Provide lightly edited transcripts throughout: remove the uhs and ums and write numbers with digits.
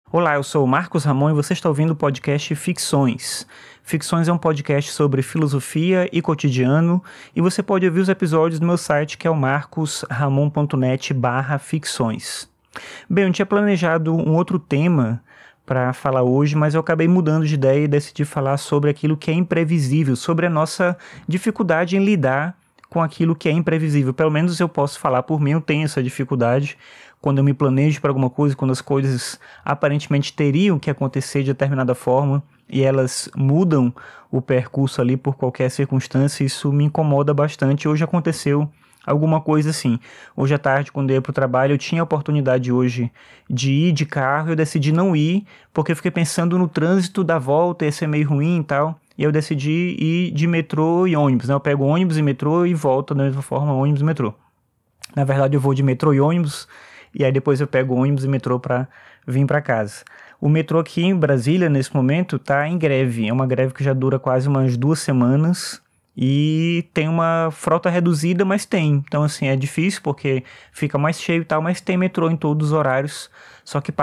Olá, eu sou o Marcos Ramon e você está ouvindo o podcast Ficções. Ficções é um podcast sobre filosofia e cotidiano e você pode ouvir os episódios no meu site que é o marcosramon.net/ficções. Bem, eu tinha planejado um outro tema para falar hoje, mas eu acabei mudando de ideia e decidi falar sobre aquilo que é imprevisível, sobre a nossa dificuldade em lidar com aquilo que é imprevisível. Pelo menos eu posso falar por mim, eu tenho essa dificuldade quando eu me planejo para alguma coisa, quando as coisas aparentemente teriam que acontecer de determinada forma e elas mudam o percurso ali por qualquer circunstância, isso me incomoda bastante. Hoje aconteceu alguma coisa assim. Hoje à tarde, quando eu ia para o trabalho, eu tinha a oportunidade hoje de ir de carro, eu decidi não ir, porque eu fiquei pensando no trânsito da volta, ia ser meio ruim e tal, e eu decidi ir de metrô e ônibus, né? Eu pego ônibus e metrô e volto da mesma forma, ônibus e metrô. Na verdade, eu vou de metrô e ônibus, e aí depois eu pego ônibus e metrô para vir para casa. O metrô aqui em Brasília, nesse momento, está em greve. É uma greve que já dura quase umas 2 semanas e tem uma frota reduzida, mas tem. Então, assim, é difícil porque fica mais cheio e tal, mas tem metrô em todos os horários, só que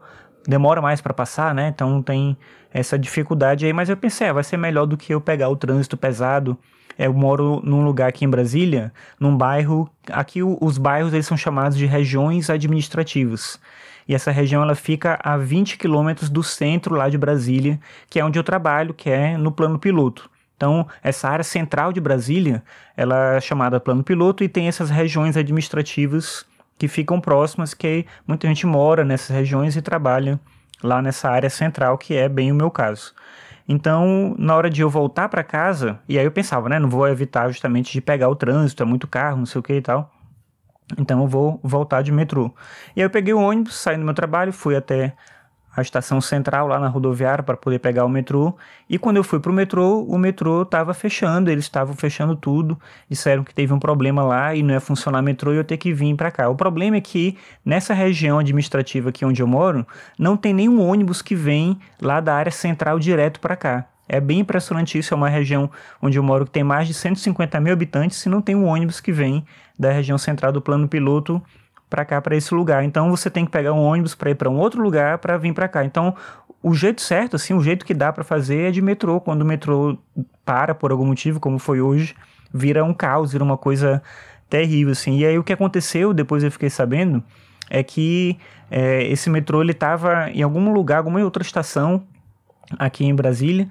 demora mais para passar, né? Então tem essa dificuldade aí, mas eu pensei, vai ser melhor do que eu pegar o trânsito pesado. Eu moro num lugar aqui em Brasília, num bairro, aqui os bairros eles são chamados de regiões administrativas. E essa região ela fica a 20 quilômetros do centro lá de Brasília, que é onde eu trabalho, que é no Plano Piloto. Então, essa área central de Brasília, ela é chamada Plano Piloto e tem essas regiões administrativas que ficam próximas, que muita gente mora nessas regiões e trabalha lá nessa área central, que é bem o meu caso. Então, na hora de eu voltar para casa, e aí eu pensava, né, não vou evitar justamente de pegar o trânsito, é muito carro, não sei o que e tal. Então eu vou voltar de metrô. E aí eu peguei o ônibus, saí do meu trabalho, fui até a estação central lá na rodoviária para poder pegar o metrô. E quando eu fui pro metrô, o metrô estava fechando, eles estavam fechando tudo. Disseram que teve um problema lá e não ia funcionar o metrô e eu ter que vir para cá. O problema é que nessa região administrativa aqui onde eu moro, não tem nenhum ônibus que vem lá da área central direto para cá. É bem impressionante isso, é uma região onde eu moro que tem mais de 150 mil habitantes e não tem um ônibus que vem da região central do Plano Piloto para cá, para esse lugar. Então você tem que pegar um ônibus para ir para um outro lugar para vir para cá. Então o jeito certo, assim, o jeito que dá para fazer é de metrô. Quando o metrô para por algum motivo, como foi hoje, vira um caos, vira uma coisa terrível, assim. E aí o que aconteceu, depois eu fiquei sabendo, é que esse metrô ele estava em algum lugar, alguma outra estação aqui em Brasília,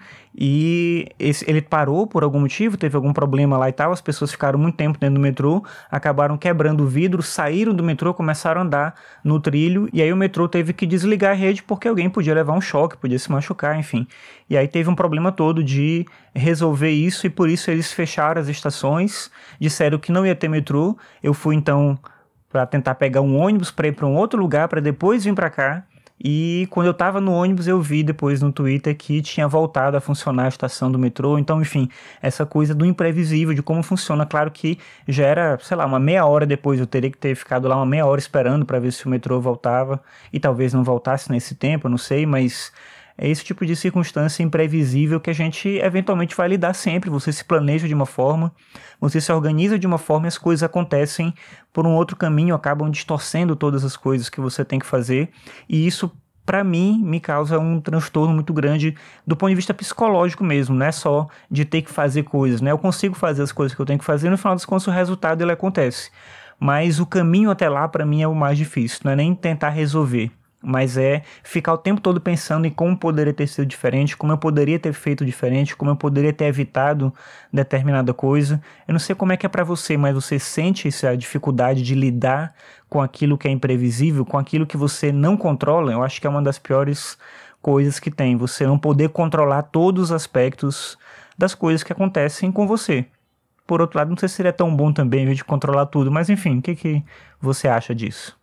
e ele parou por algum motivo, teve algum problema lá e tal, as pessoas ficaram muito tempo dentro do metrô, acabaram quebrando o vidro, saíram do metrô, começaram a andar no trilho, e aí o metrô teve que desligar a rede porque alguém podia levar um choque, podia se machucar, enfim. E aí teve um problema todo de resolver isso, e por isso eles fecharam as estações, disseram que não ia ter metrô. Eu fui então para tentar pegar um ônibus para ir para um outro lugar, para depois vir para cá. E quando eu tava no ônibus, eu vi depois no Twitter que tinha voltado a funcionar a estação do metrô. Então, enfim, essa coisa do imprevisível, de como funciona. Claro que já era, sei lá, uma meia hora depois. Eu teria que ter ficado lá uma meia hora esperando para ver se o metrô voltava. E talvez não voltasse nesse tempo, eu não sei, mas é esse tipo de circunstância imprevisível que a gente eventualmente vai lidar sempre. Você se planeja de uma forma, você se organiza de uma forma e as coisas acontecem por um outro caminho, acabam distorcendo todas as coisas que você tem que fazer. E isso, para mim, me causa um transtorno muito grande do ponto de vista psicológico mesmo, não é só de ter que fazer coisas, né? Eu consigo fazer as coisas que eu tenho que fazer e no final das contas o resultado ele acontece. Mas o caminho até lá, para mim, é o mais difícil, não é nem tentar resolver, mas é ficar o tempo todo pensando em como poderia ter sido diferente, como eu poderia ter feito diferente, como eu poderia ter evitado determinada coisa. Eu não sei como é que é pra você, mas você sente essa dificuldade de lidar com aquilo que é imprevisível, com aquilo que você não controla? Eu acho que é uma das piores coisas que tem, você não poder controlar todos os aspectos das coisas que acontecem com você. Por outro lado, não sei se seria tão bom também, em vez de controlar tudo, mas enfim, o que você acha disso?